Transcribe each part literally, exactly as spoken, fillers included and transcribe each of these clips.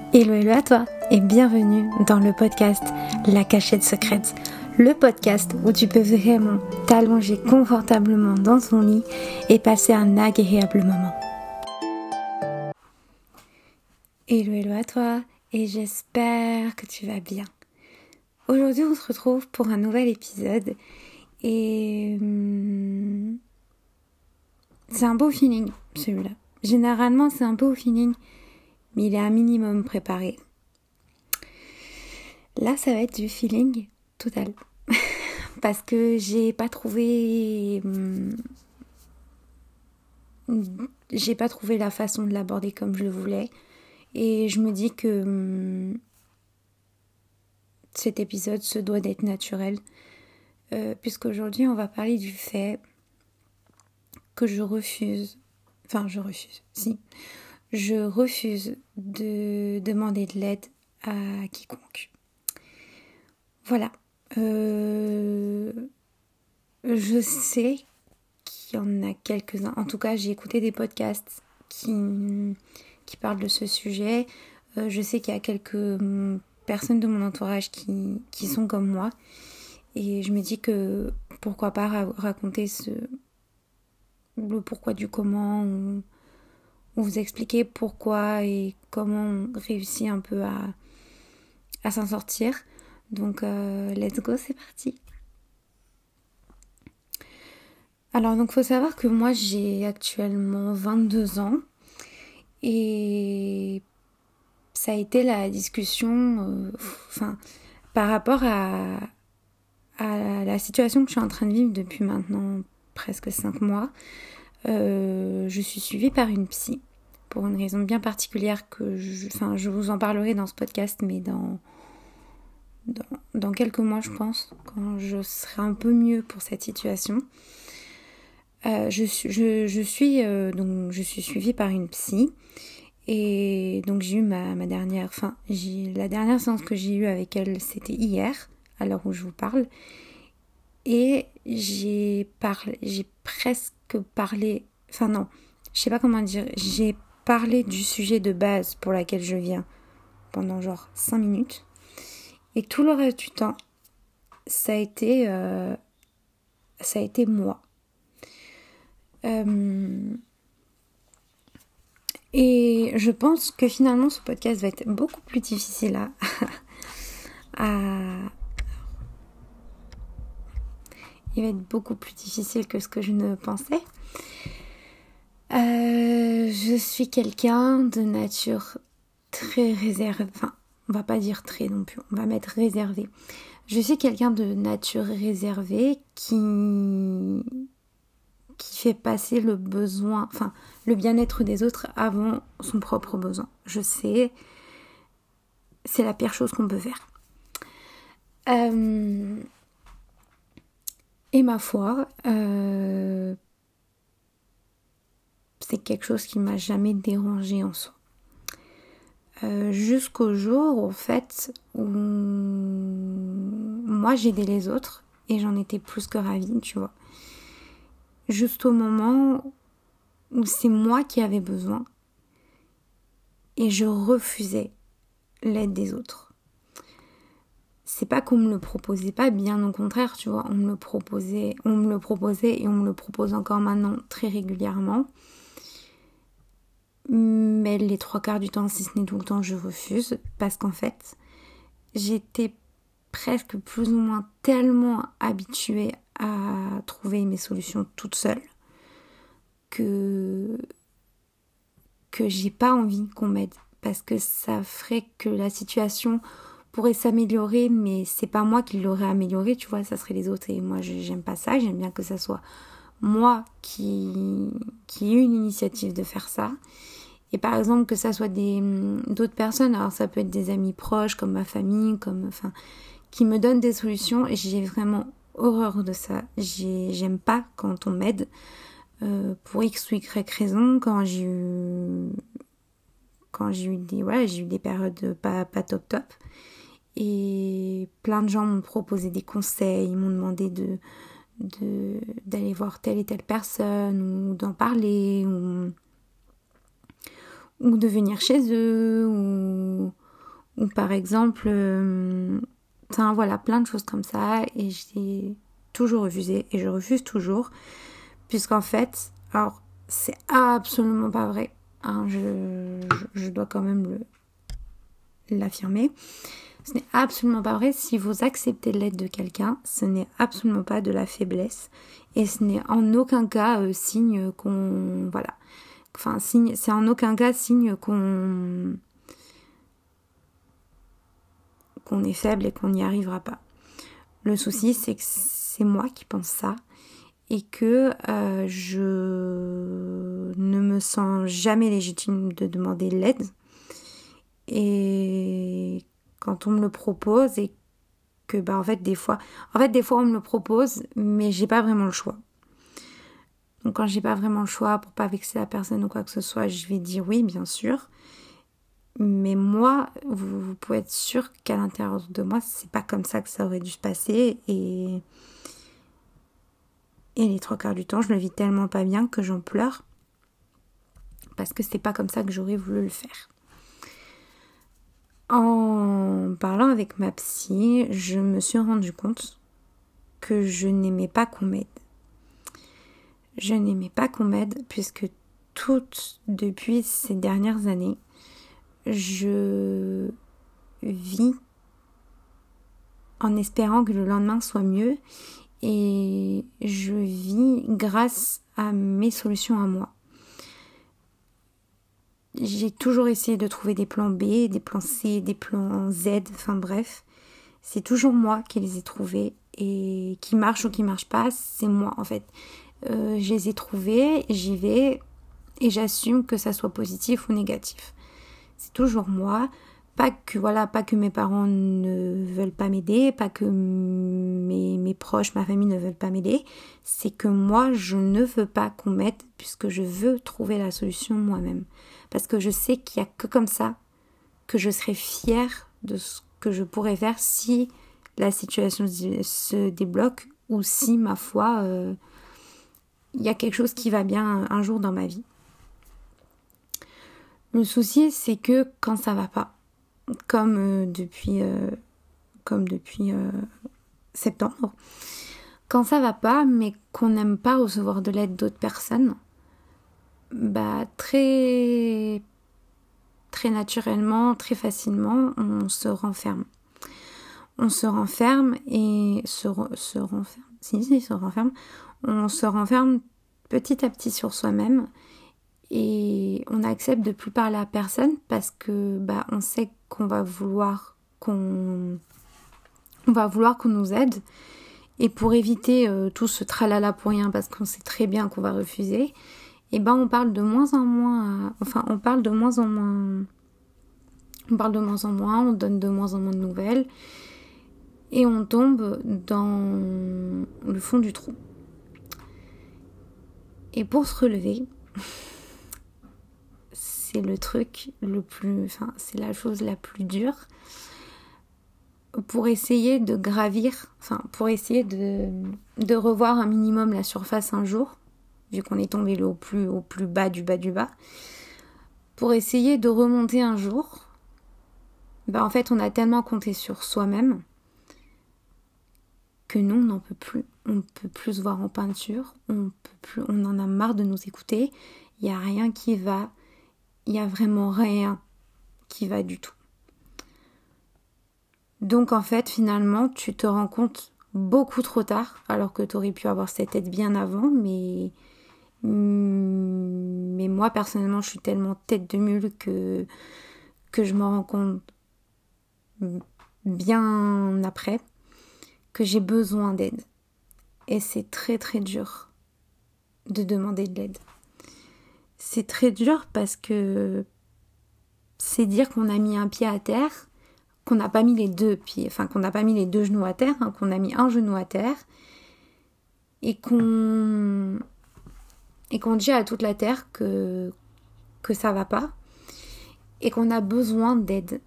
Hello hello à toi et bienvenue dans le podcast La Cachette Secrète, le podcast où tu peux vraiment t'allonger confortablement dans ton lit et passer un agréable moment. Hello hello à toi et j'espère que tu vas bien. Aujourd'hui on se retrouve pour un nouvel épisode et hum, c'est un beau feeling celui-là. Généralement c'est un beau feeling, mais il est un minimum préparé. Là, ça va être du feeling total. Parce que j'ai pas trouvé... J'ai pas trouvé la façon de l'aborder comme je le voulais. Et je me dis que cet épisode se doit d'être naturel. Euh, Puisqu'aujourd'hui, on va parler du fait que je refuse... Enfin, je refuse, si... Je refuse de demander de l'aide à quiconque. Voilà. Euh, je sais qu'il y en a quelques-uns. En tout cas, j'ai écouté des podcasts qui, qui parlent de ce sujet. Euh, je sais qu'il y a quelques personnes de mon entourage qui, qui sont comme moi. Et je me dis que pourquoi pas ra- raconter ce, le pourquoi du comment, ou, ou vous expliquer pourquoi et comment on réussit un peu à, à s'en sortir. Donc, euh, let's go, c'est parti. Alors, donc, faut savoir que moi, j'ai actuellement vingt-deux ans. Et ça a été la discussion, euh, enfin, par rapport à, à la situation que je suis en train de vivre depuis maintenant presque cinq mois. Euh, je suis suivie par une psy, pour une raison bien particulière que je, enfin, je vous en parlerai dans ce podcast, mais dans... Dans, dans quelques mois, je pense, quand je serai un peu mieux pour cette situation. Euh, je, je, je, suis, euh, donc, je suis suivie par une psy. Et donc, j'ai eu ma, ma dernière... Enfin, j'ai, la dernière séance que j'ai eue avec elle, c'était hier, à l'heure où je vous parle. Et j'ai parlé... J'ai presque parlé... Enfin, non, je sais pas comment dire. J'ai parlé du sujet de base pour laquelle je viens pendant genre cinq minutes. Et tout le reste du temps, ça a été, euh, ça a été moi. Euh, et je pense que finalement, ce podcast va être beaucoup plus difficile à... à il va être beaucoup plus difficile que ce que je ne pensais. Euh, je suis quelqu'un de nature très réservée. Enfin, on va pas dire très non plus, on va mettre réservé. Je suis quelqu'un de nature réservée qui... qui fait passer le besoin, enfin, le bien-être des autres avant son propre besoin. Je sais, c'est la pire chose qu'on peut faire. Euh, et ma foi, euh, c'est quelque chose qui m'a jamais dérangée en soi. Euh, jusqu'au jour, au fait, où moi j'aidais les autres et j'en étais plus que ravie, tu vois. Juste au moment où c'est moi qui avais besoin et je refusais l'aide des autres. C'est pas qu'on me le proposait pas, bien au contraire, tu vois, on me le proposait, on me le proposait et on me le propose encore maintenant très régulièrement. Mais les trois quarts du temps, si ce n'est tout le temps, je refuse parce qu'en fait, j'étais presque plus ou moins tellement habituée à trouver mes solutions toute seule que que j'ai pas envie qu'on m'aide parce que ça ferait que la situation pourrait s'améliorer, mais c'est pas moi qui l'aurais améliorée, tu vois, ça serait les autres et moi j'aime pas ça, j'aime bien que ça soit moi qui qui ai eu une initiative de faire ça. Et par exemple que ça soit des d'autres personnes, alors ça peut être des amis proches comme ma famille, comme enfin qui me donnent des solutions et j'ai vraiment horreur de ça. J'ai, j'aime pas quand on m'aide euh, pour X ou Y raison. Quand j'ai eu quand j'ai eu des voilà, j'ai eu des périodes pas pas top top et plein de gens m'ont proposé des conseils, m'ont demandé de de d'aller voir telle et telle personne ou d'en parler ou ou de venir chez eux ou Ou par exemple, euh, enfin voilà, plein de choses comme ça. Et j'ai toujours refusé. Et je refuse toujours. Puisqu'en fait, alors, c'est absolument pas vrai. Hein, je, je, je dois quand même le, l'affirmer. Ce n'est absolument pas vrai. Si vous acceptez l'aide de quelqu'un, ce n'est absolument pas de la faiblesse. Et ce n'est en aucun cas euh, signe qu'on... Voilà. Enfin, signe, c'est en aucun cas signe qu'on... qu'on est faible et qu'on n'y arrivera pas. Le souci, c'est que c'est moi qui pense ça. Et que euh, je ne me sens jamais légitime de demander de l'aide. Et quand on me le propose et que bah en fait des fois en fait des fois on me le propose mais j'ai pas vraiment le choix. Donc quand j'ai pas vraiment le choix pour pas vexer la personne ou quoi que ce soit, je vais dire oui bien sûr. Mais moi, vous, vous pouvez être sûr qu'à l'intérieur de moi, c'est pas comme ça que ça aurait dû se passer et et les trois quarts du temps, je le vis tellement pas bien que j'en pleure parce que c'est pas comme ça que j'aurais voulu le faire. En parlant avec ma psy, je me suis rendu compte que je n'aimais pas qu'on m'aide. Je n'aimais pas qu'on m'aide puisque toutes, depuis ces dernières années, je vis en espérant que le lendemain soit mieux et je vis grâce à mes solutions à moi. J'ai toujours essayé de trouver des plans B, des plans C, des plans Z, enfin bref. C'est toujours moi qui les ai trouvés et qui marchent ou qui marchent pas, c'est moi en fait. Euh, je les ai trouvés, j'y vais et j'assume que ça soit positif ou négatif. C'est toujours moi. Pas que voilà, pas que mes parents ne veulent pas m'aider, pas que mes, mes proches, ma famille ne veulent pas m'aider. C'est que moi, je ne veux pas qu'on m'aide puisque je veux trouver la solution moi-même. Parce que je sais qu'il n'y a que comme ça que je serai fière de ce que je pourrais faire si la situation se débloque ou si, ma foi, euh, il y a quelque chose qui va bien un jour dans ma vie. Le souci, c'est que quand ça va pas, comme euh, depuis, euh, comme depuis euh, septembre, quand ça va pas, mais qu'on n'aime pas recevoir de l'aide d'autres personnes, bah très, très naturellement, très facilement, on se renferme. On se renferme et se, re, se renferme. Si, si, se renferme. On se renferme petit à petit sur soi-même. Et on accepte de plus parler à personne parce que bah on sait qu'on va vouloir qu'on on va vouloir qu'on nous aide et pour éviter euh, tout ce tralala pour rien parce qu'on sait très bien qu'on va refuser, et ben on parle de moins en moins à... enfin on parle de moins en moins on parle de moins en moins, on donne de moins en moins de nouvelles et on tombe dans le fond du trou. Et pour se relever, c'est le truc le plus, enfin, c'est la chose la plus dure pour essayer de gravir, enfin, pour essayer de, de revoir un minimum la surface un jour, vu qu'on est tombé au plus, au plus bas du bas du bas, pour essayer de remonter un jour, bah, en fait, on a tellement compté sur soi-même que nous, on n'en peut plus. On ne peut plus se voir en peinture, on peut plus, on en a marre de nous écouter, il n'y a rien qui va. Il n'y a vraiment rien qui va du tout. Donc en fait, finalement, tu te rends compte beaucoup trop tard, alors que tu aurais pu avoir cette aide bien avant, mais... mais moi, personnellement, je suis tellement tête de mule que, que je me rends compte bien après que j'ai besoin d'aide. Et c'est très très dur de demander de l'aide. C'est très dur parce que c'est dire qu'on a mis un pied à terre, qu'on n'a pas mis les deux pieds, enfin qu'on n'a pas mis les deux genoux à terre, hein, qu'on a mis un genou à terre et qu'on et qu'on dit à toute la terre que que ça va pas et qu'on a besoin d'aide.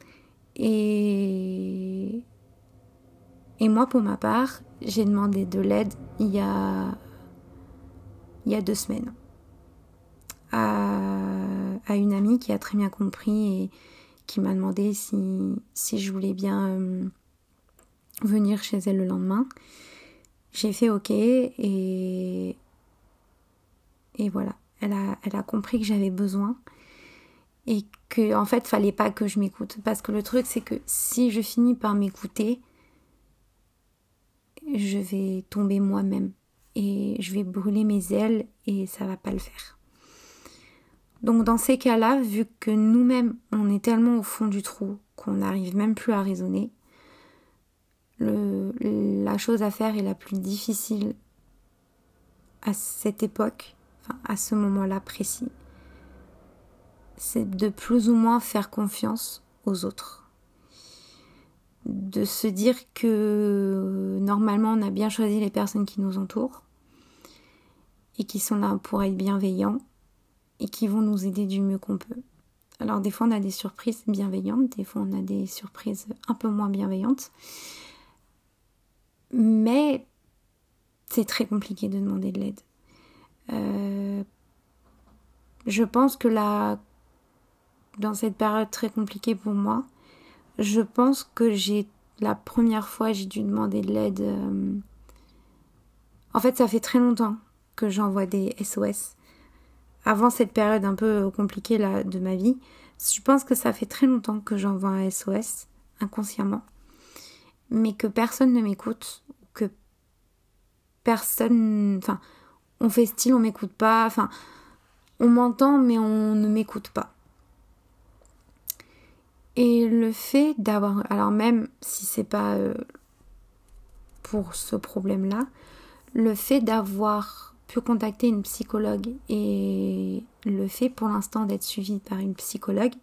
Et et moi pour ma part, j'ai demandé de l'aide il y a il y a deux semaines. À, à une amie qui a très bien compris et qui m'a demandé si, si je voulais bien euh, venir chez elle le lendemain. J'ai fait ok et, et voilà. Elle a, elle a compris que j'avais besoin et que en fait, fallait pas que je m'écoute. Parce que le truc, c'est que si je finis par m'écouter, je vais tomber moi-même et je vais brûler mes ailes et ça va pas le faire. Donc dans ces cas-là, vu que nous-mêmes, on est tellement au fond du trou qu'on n'arrive même plus à raisonner, le, la chose à faire est la plus difficile à cette époque, enfin à ce moment-là précis, c'est de plus ou moins faire confiance aux autres. De se dire que normalement on a bien choisi les personnes qui nous entourent et qui sont là pour être bienveillants et qui vont nous aider du mieux qu'on peut. Alors des fois on a des surprises bienveillantes, des fois on a des surprises un peu moins bienveillantes, mais c'est très compliqué de demander de l'aide. Euh, je pense que là, dans cette période très compliquée pour moi, je pense que j'ai, la première fois, j'ai dû demander de l'aide. Euh... En fait, ça fait très longtemps que j'envoie des S O S. Avant cette période un peu compliquée là, de ma vie, je pense que ça fait très longtemps que j'envoie un S O S, inconsciemment. Mais que personne ne m'écoute, que personne... Enfin, on fait style, on m'écoute pas, enfin, on m'entend, mais on ne m'écoute pas. Et le fait d'avoir... Alors même si c'est pas euh, pour ce problème-là, le fait d'avoir pu contacter une psychologue et le fait pour l'instant d'être suivie par une psychologue,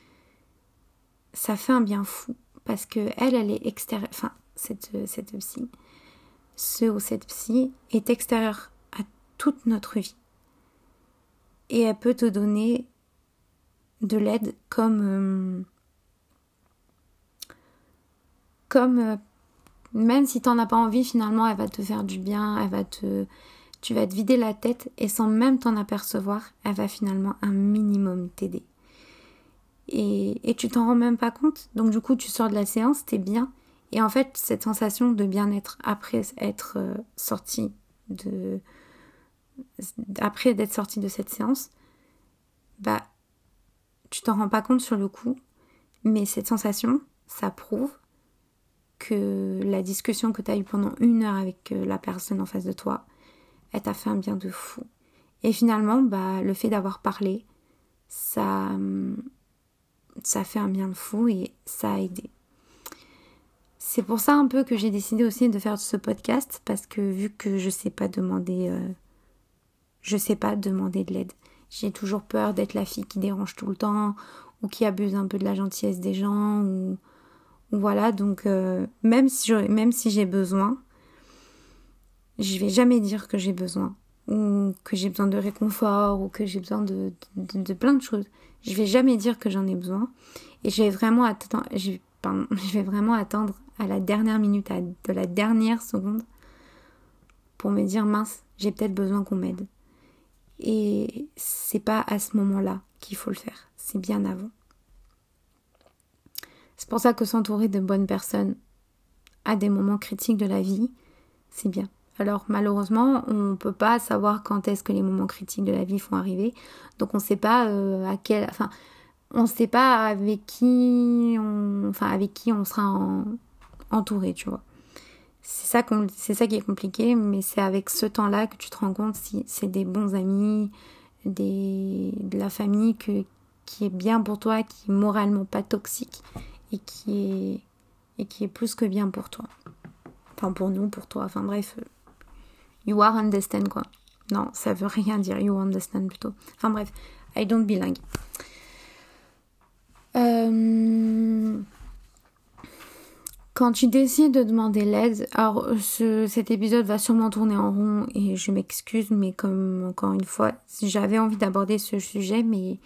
ça fait un bien fou. Parce que elle, elle est extérieure... Enfin, cette, cette psy, ce ou cette psy est extérieure à toute notre vie. Et elle peut te donner de l'aide comme... Euh, comme... Euh, même si t'en as pas envie, finalement, elle va te faire du bien, elle va te... Tu vas te vider la tête et sans même t'en apercevoir, elle va finalement un minimum t'aider. Et, et tu t'en rends même pas compte. Donc du coup, tu sors de la séance, t'es bien. Et en fait, cette sensation de bien-être après être euh, sorti de... Après d'être sorti de cette séance, bah, tu t'en rends pas compte sur le coup. Mais cette sensation, ça prouve que la discussion que tu as eue pendant une heure avec la personne en face de toi, elle t'a fait un bien de fou. Et finalement, bah, le fait d'avoir parlé, ça, ça fait un bien de fou et ça a aidé. C'est pour ça un peu que j'ai décidé aussi de faire ce podcast, parce que vu que je sais pas demander, euh, je sais pas demander de l'aide. J'ai toujours peur d'être la fille qui dérange tout le temps, ou qui abuse un peu de la gentillesse des gens, ou, ou voilà. Donc euh, même si je, même si j'ai besoin, je vais jamais dire que j'ai besoin, ou que j'ai besoin de réconfort, ou que j'ai besoin de, de, de plein de choses. Je vais jamais dire que j'en ai besoin, et je vais vraiment attendre, je, pardon, je vais vraiment attendre à la dernière minute, à de la dernière seconde, pour me dire mince, j'ai peut-être besoin qu'on m'aide. Et c'est pas à ce moment-là qu'il faut le faire, c'est bien avant. C'est pour ça que s'entourer de bonnes personnes à des moments critiques de la vie, c'est bien. Alors malheureusement, on ne peut pas savoir quand est-ce que les moments critiques de la vie vont arriver. Donc on ne sait pas euh, à quel, enfin, on ne sait pas avec qui, on, enfin avec qui on sera en, entouré, tu vois. C'est ça, qu'on, c'est ça qui est compliqué, mais c'est avec ce temps-là que tu te rends compte si c'est des bons amis, des, de la famille que, qui est bien pour toi, qui est moralement pas toxique et qui est, et qui est plus que bien pour toi. Enfin pour nous, pour toi, enfin bref. You are understand quoi. Non, ça veut rien dire, you understand plutôt. Enfin bref, I don't bilingue. Euh... Quand tu décides de demander l'aide, alors ce, cet épisode va sûrement tourner en rond et je m'excuse, mais comme encore une fois, j'avais envie d'aborder ce sujet, mais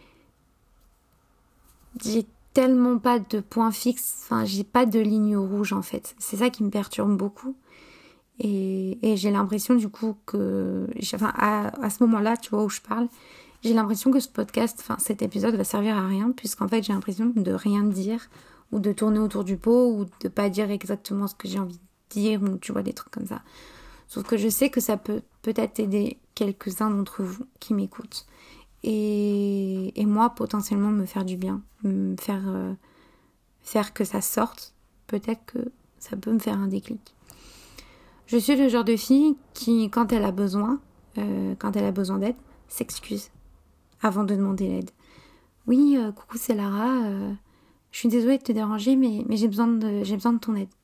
j'ai tellement pas de point fixe, enfin j'ai pas de ligne rouge en fait. C'est ça qui me perturbe beaucoup. Et, et j'ai l'impression du coup que, enfin à, à ce moment-là, tu vois où je parle, j'ai l'impression que ce podcast, enfin cet épisode va servir à rien, puisqu'en fait j'ai l'impression de rien dire, ou de tourner autour du pot, ou de pas dire exactement ce que j'ai envie de dire, ou tu vois, des trucs comme ça. Sauf que je sais que ça peut peut-être aider quelques-uns d'entre vous qui m'écoutent. Et, et moi, potentiellement, me faire du bien, me faire, euh, faire que ça sorte. Peut-être que ça peut me faire un déclic. Je suis le genre de fille qui, quand elle a besoin, euh, quand elle a besoin d'aide, s'excuse avant de demander l'aide. Oui, euh, coucou, c'est Lara. Euh, je suis désolée de te déranger, mais, mais j'ai besoin de, j'ai besoin de ton aide.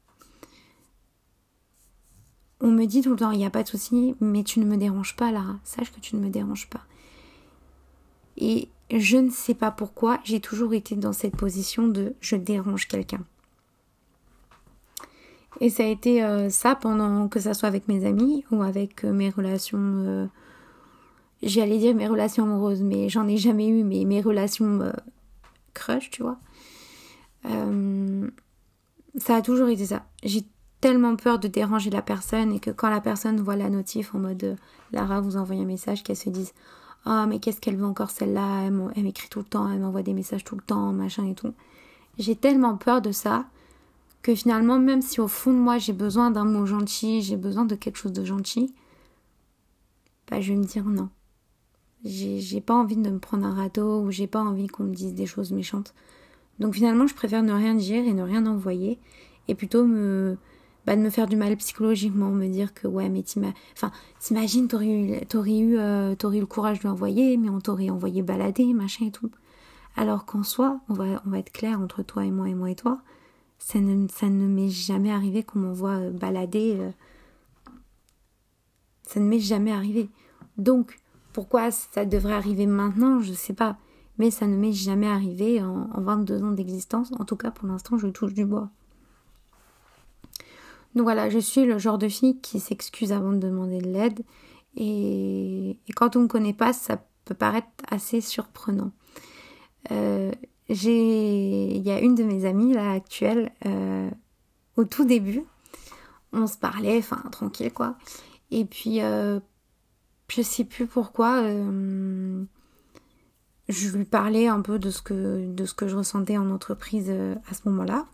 On me dit tout le temps, il n'y a pas de souci, mais tu ne me déranges pas, Lara. Sache que tu ne me déranges pas. Et je ne sais pas pourquoi, j'ai toujours été dans cette position de je dérange quelqu'un. Et ça a été euh, ça pendant que ça soit avec mes amis ou avec euh, mes relations, euh, j'allais dire mes relations amoureuses, mais j'en ai jamais eu, mais mes relations euh, crush, tu vois. Euh, ça a toujours été ça. J'ai tellement peur de déranger la personne et que quand la personne voit la notif en mode euh, Lara vous envoie un message, qu'elle se dise ah oh, mais qu'est-ce qu'elle veut encore celle-là, elle, elle m'écrit tout le temps, elle m'envoie des messages tout le temps, machin et tout. J'ai tellement peur de ça que finalement, même si au fond de moi j'ai besoin d'un mot gentil, j'ai besoin de quelque chose de gentil, bah je vais me dire non. J'ai, j'ai pas envie de me prendre un râteau ou j'ai pas envie qu'on me dise des choses méchantes. Donc finalement, je préfère ne rien dire et ne rien envoyer et plutôt me, bah, de me faire du mal psychologiquement, me dire que ouais, mais t'ima... enfin, t'imagines, t'aurais eu, t'aurais eu, euh, t'aurais eu le courage de l'envoyer, mais on t'aurait envoyé balader, machin et tout. Alors qu'en soi, on va, on va être clair entre toi et moi et moi et toi. Ça ne, ça ne m'est jamais arrivé qu'on m'envoie balader. Euh, ça ne m'est jamais arrivé. Donc, pourquoi ça devrait arriver maintenant, je sais pas. Mais ça ne m'est jamais arrivé en, en vingt-deux ans d'existence. En tout cas, pour l'instant, je touche du bois. Donc voilà, je suis le genre de fille qui s'excuse avant de demander de l'aide. Et, et quand on ne me connaît pas, ça peut paraître assez surprenant. Euh, j'ai, il y a une de mes amies là actuelle, euh, au tout début, on se parlait, enfin tranquille quoi. Et puis euh, je sais plus pourquoi, euh, je lui parlais un peu de ce que de ce que je ressentais en entreprise euh, à ce moment-là.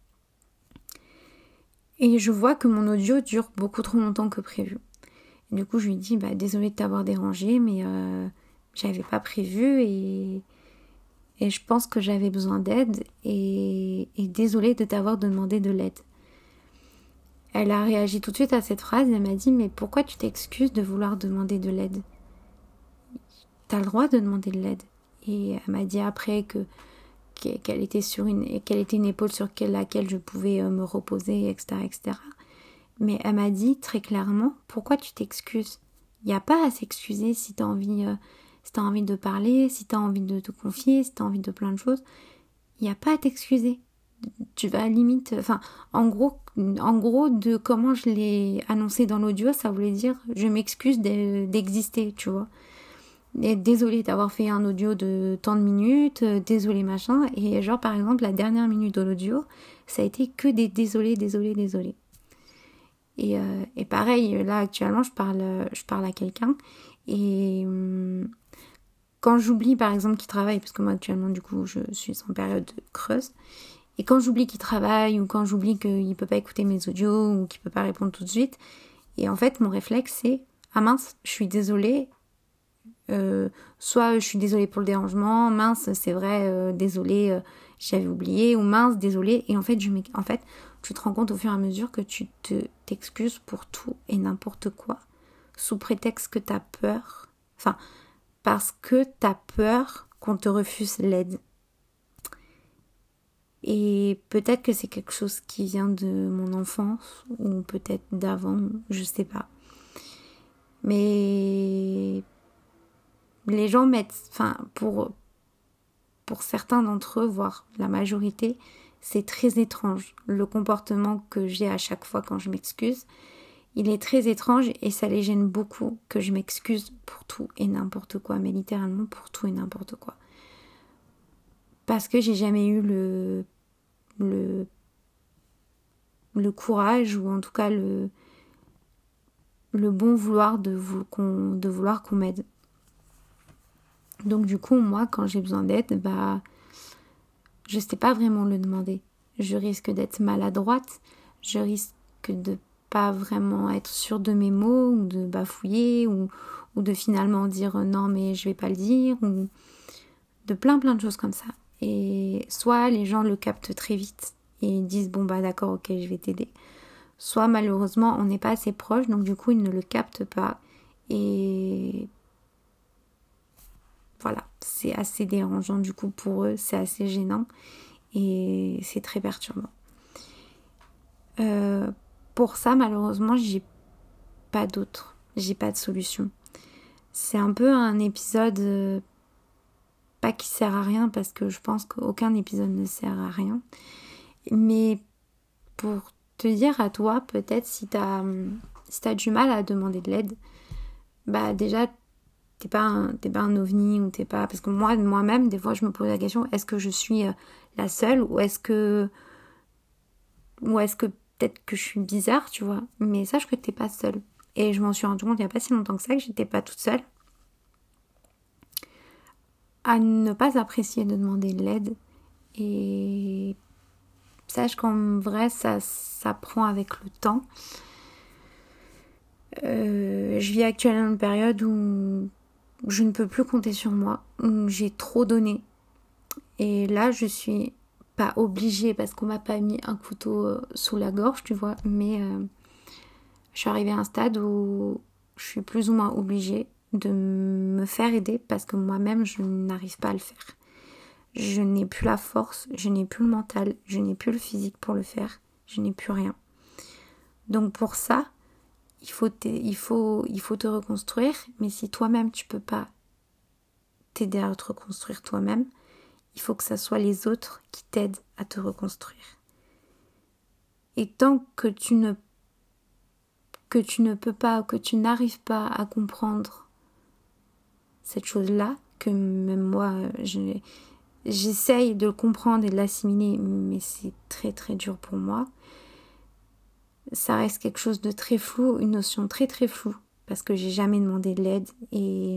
Et je vois que mon audio dure beaucoup trop longtemps que prévu. Et du coup, je lui dis bah désolée de t'avoir dérangé, mais euh, j'avais pas prévu et Et je pense que j'avais besoin d'aide et, et désolée de t'avoir demandé de l'aide. Elle a réagi tout de suite à cette phrase et elle m'a dit mais pourquoi tu t'excuses de vouloir demander de l'aide ? T'as le droit de demander de l'aide. Et elle m'a dit après que qu'elle était sur une qu'elle était une épaule sur laquelle je pouvais me reposer, et cetera, et cetera. Mais elle m'a dit très clairement pourquoi tu t'excuses ? Il n'y a pas à s'excuser si t'as envie. Euh, Si t'as envie de parler, si t'as envie de te confier, si t'as envie de plein de choses, il n'y a pas à t'excuser. Tu vas à la limite... Enfin, en gros, en gros, de comment je l'ai annoncé dans l'audio, ça voulait dire je m'excuse de, d'exister, tu vois. Et désolée d'avoir fait un audio de tant de minutes, désolée machin. Et genre, par exemple, la dernière minute de l'audio, ça a été que des désolés, désolés, désolés. Et, euh, et pareil, là, actuellement, je parle, je parle à quelqu'un et... Hum, quand j'oublie par exemple qu'il travaille, parce que moi actuellement du coup je suis en période creuse, et quand j'oublie qu'il travaille ou quand j'oublie qu'il ne peut pas écouter mes audios ou qu'il ne peut pas répondre tout de suite, et en fait mon réflexe c'est ah mince, je suis désolée, euh, soit je suis désolée pour le dérangement, mince c'est vrai, euh, désolée, euh, j'avais oublié, ou mince désolée, et en fait, je en fait tu te rends compte au fur et à mesure que tu te t'excuses pour tout et n'importe quoi, sous prétexte que t'as peur, enfin parce que t'as peur qu'on te refuse l'aide. Et peut-être que c'est quelque chose qui vient de mon enfance, ou peut-être d'avant, je sais pas. Mais les gens mettent, enfin, pour, pour certains d'entre eux, voire la majorité, c'est très étrange. Le comportement que j'ai à chaque fois quand je m'excuse, il est très étrange et ça les gêne beaucoup que je m'excuse pour tout et n'importe quoi, mais littéralement pour tout et n'importe quoi. Parce que j'ai jamais eu le, le, le courage ou en tout cas le, le bon vouloir de, vou, qu'on, de vouloir qu'on m'aide. Donc du coup, moi, quand j'ai besoin d'aide, bah, je sais pas vraiment le demander. Je risque d'être maladroite, je risque de pas vraiment être sûre de mes mots, ou de bafouiller, ou, ou de finalement dire non mais je vais pas le dire, ou de plein plein de choses comme ça. Et soit les gens le captent très vite et disent bon bah d'accord, ok, je vais t'aider. Soit malheureusement on n'est pas assez proche, donc du coup ils ne le captent pas. Et voilà, c'est assez dérangeant du coup pour eux, c'est assez gênant et c'est très perturbant. Euh, pour ça, malheureusement, j'ai pas d'autre, j'ai pas de solution. C'est un peu un épisode, euh, pas qui sert à rien, parce que je pense qu'aucun épisode ne sert à rien, mais pour te dire à toi, peut-être si t'as, si t'as du mal à demander de l'aide, bah déjà, t'es pas un, t'es pas un ovni, ou t'es pas... Parce que moi, moi-même, des fois, je me pose la question, est-ce que je suis la seule, ou est-ce que... Ou est-ce que peut-être que je suis bizarre, tu vois. Mais sache que t'es pas seule. Et je m'en suis rendu compte il n'y a pas si longtemps que ça, que j'étais pas toute seule. À ne pas apprécier de demander de l'aide. Et sache qu'en vrai, ça s'apprend avec le temps. Euh, je vis actuellement une période où je ne peux plus compter sur moi, où j'ai trop donné. Et là, je suis pas obligée, parce qu'on m'a pas mis un couteau sous la gorge, tu vois, mais euh, je suis arrivée à un stade où je suis plus ou moins obligée de me faire aider, parce que moi-même, je n'arrive pas à le faire. Je n'ai plus la force, je n'ai plus le mental, je n'ai plus le physique pour le faire, je n'ai plus rien. Donc pour ça, il faut, il faut, il faut te reconstruire, mais si toi-même tu peux pas t'aider à te reconstruire toi-même, il faut que ça soit les autres qui t'aident à te reconstruire. Et tant que tu ne, que tu ne peux pas, que tu n'arrives pas à comprendre cette chose-là, que même moi, je, j'essaye de le comprendre et de l'assimiler, mais c'est très très dur pour moi. Ça reste quelque chose de très flou, une notion très très floue, parce que j'ai jamais demandé de l'aide, et,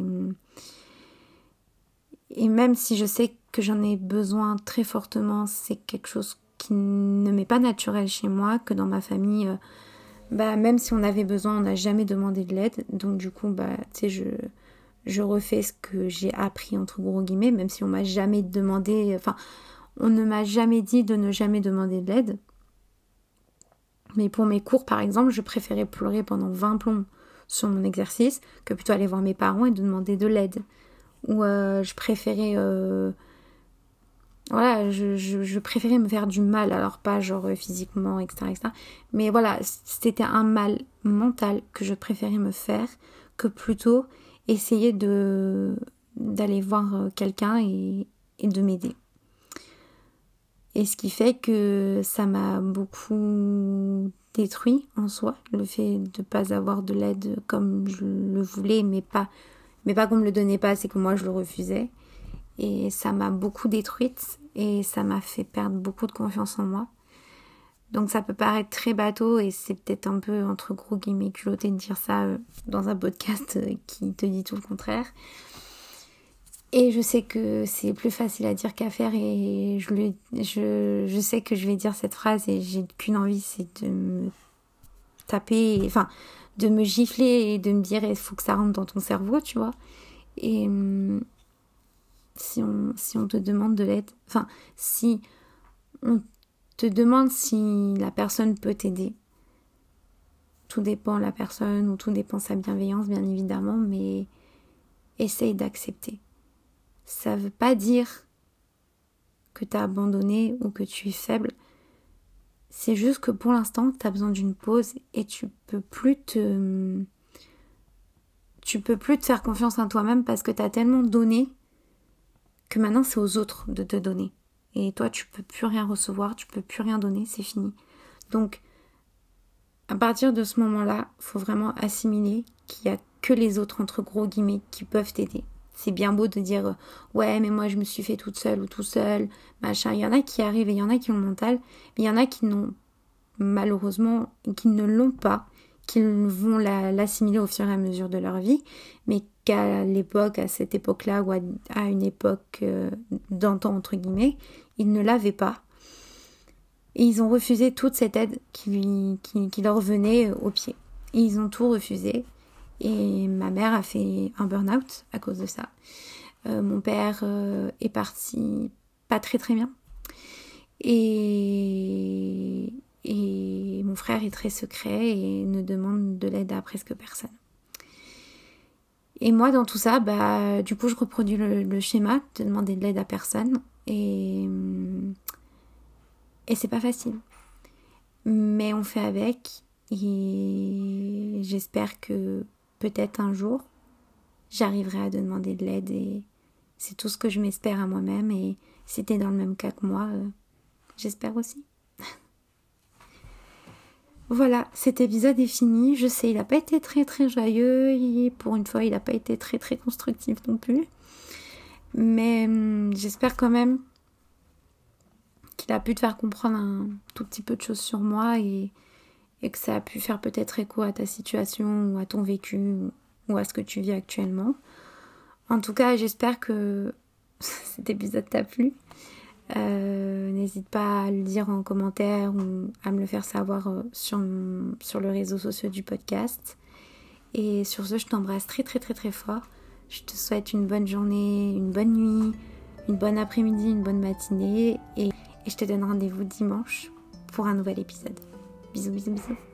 et même si je sais que j'en ai besoin très fortement, c'est quelque chose qui ne m'est pas naturel chez moi, que dans ma famille, euh, bah, même si on avait besoin, on n'a jamais demandé de l'aide, donc du coup, bah, tu sais, je, je refais ce que j'ai appris, entre gros guillemets, même si on m'a jamais demandé, enfin, on ne m'a jamais dit de ne jamais demander de l'aide. Mais pour mes cours, par exemple, je préférais pleurer pendant vingt plombs sur mon exercice que plutôt aller voir mes parents et de demander de l'aide. Ou euh, je préférais... Euh, voilà, je, je, je préférais me faire du mal. Alors pas genre physiquement, et cetera, et cetera. Mais voilà, c'était un mal mental que je préférais me faire que plutôt essayer de d'aller voir quelqu'un et, et de m'aider. Et ce qui fait que ça m'a beaucoup détruit en soi, le fait de ne pas avoir de l'aide comme je le voulais, mais pas, mais pas qu'on me le donnait pas, c'est que moi je le refusais. Et ça m'a beaucoup détruite et ça m'a fait perdre beaucoup de confiance en moi. Donc ça peut paraître très bateau et c'est peut-être un peu entre gros guillemets culotté de dire ça dans un podcast qui te dit tout le contraire. Et je sais que c'est plus facile à dire qu'à faire et je, le, je, je sais que je vais dire cette phrase et j'ai qu'une envie, c'est de me taper, enfin de me gifler et de me dire il faut que ça rentre dans ton cerveau, tu vois. Et hum, si, on, si on te demande de l'aide, enfin si on te demande si la personne peut t'aider, tout dépend de la personne ou tout dépend de sa bienveillance bien évidemment, mais essaye d'accepter. Ça veut pas dire que tu as abandonné ou que tu es faible. C'est juste que pour l'instant, tu as besoin d'une pause et tu peux plus te tu peux plus te faire confiance en toi-même parce que tu as tellement donné que maintenant c'est aux autres de te donner. Et toi, tu peux plus rien recevoir, tu peux plus rien donner, c'est fini. Donc à partir de ce moment-là, faut vraiment assimiler qu'il y a que les autres entre gros guillemets qui peuvent t'aider. C'est bien beau de dire « Ouais, mais moi je me suis fait toute seule ou tout seul, machin ». Il y en a qui arrivent et il y en a qui ont le mental, mais il y en a qui n'ont malheureusement, qui ne l'ont pas, qui vont la, l'assimiler au fur et à mesure de leur vie, mais qu'à l'époque, à cette époque-là, ou à, à une époque euh, d'antan, entre guillemets, ils ne l'avaient pas. Et ils ont refusé toute cette aide qui, lui, qui, qui leur venait au pied. Et ils ont tout refusé. Et ma mère a fait un burn-out à cause de ça. Euh, mon père euh, est parti pas très très bien. Et, et mon frère est très secret et ne demande de l'aide à presque personne. Et moi, dans tout ça, bah, du coup, je reproduis le, le schéma de demander de l'aide à personne. Et, et c'est pas facile. Mais on fait avec. Et j'espère que peut-être un jour, j'arriverai à demander de l'aide. Et c'est tout ce que je m'espère à moi-même. Et si t'es dans le même cas que moi, euh, j'espère aussi. Voilà, cet épisode est fini. Je sais, il n'a pas été très très joyeux. Et pour une fois, il n'a pas été très très constructif non plus. Mais hum, j'espère quand même qu'il a pu te faire comprendre un tout petit peu de choses sur moi et, et que ça a pu faire peut-être écho à ta situation ou à ton vécu ou, ou à ce que tu vis actuellement. En tout cas, j'espère que cet épisode t'a plu. Euh, n'hésite pas à le dire en commentaire ou à me le faire savoir sur, sur le réseau social du podcast. Et sur ce, je t'embrasse très très très très fort. Je te souhaite une bonne journée, une bonne nuit, une bonne après-midi, une bonne matinée. Et, et je te donne rendez-vous dimanche pour un nouvel épisode. Bisous bisous bisous.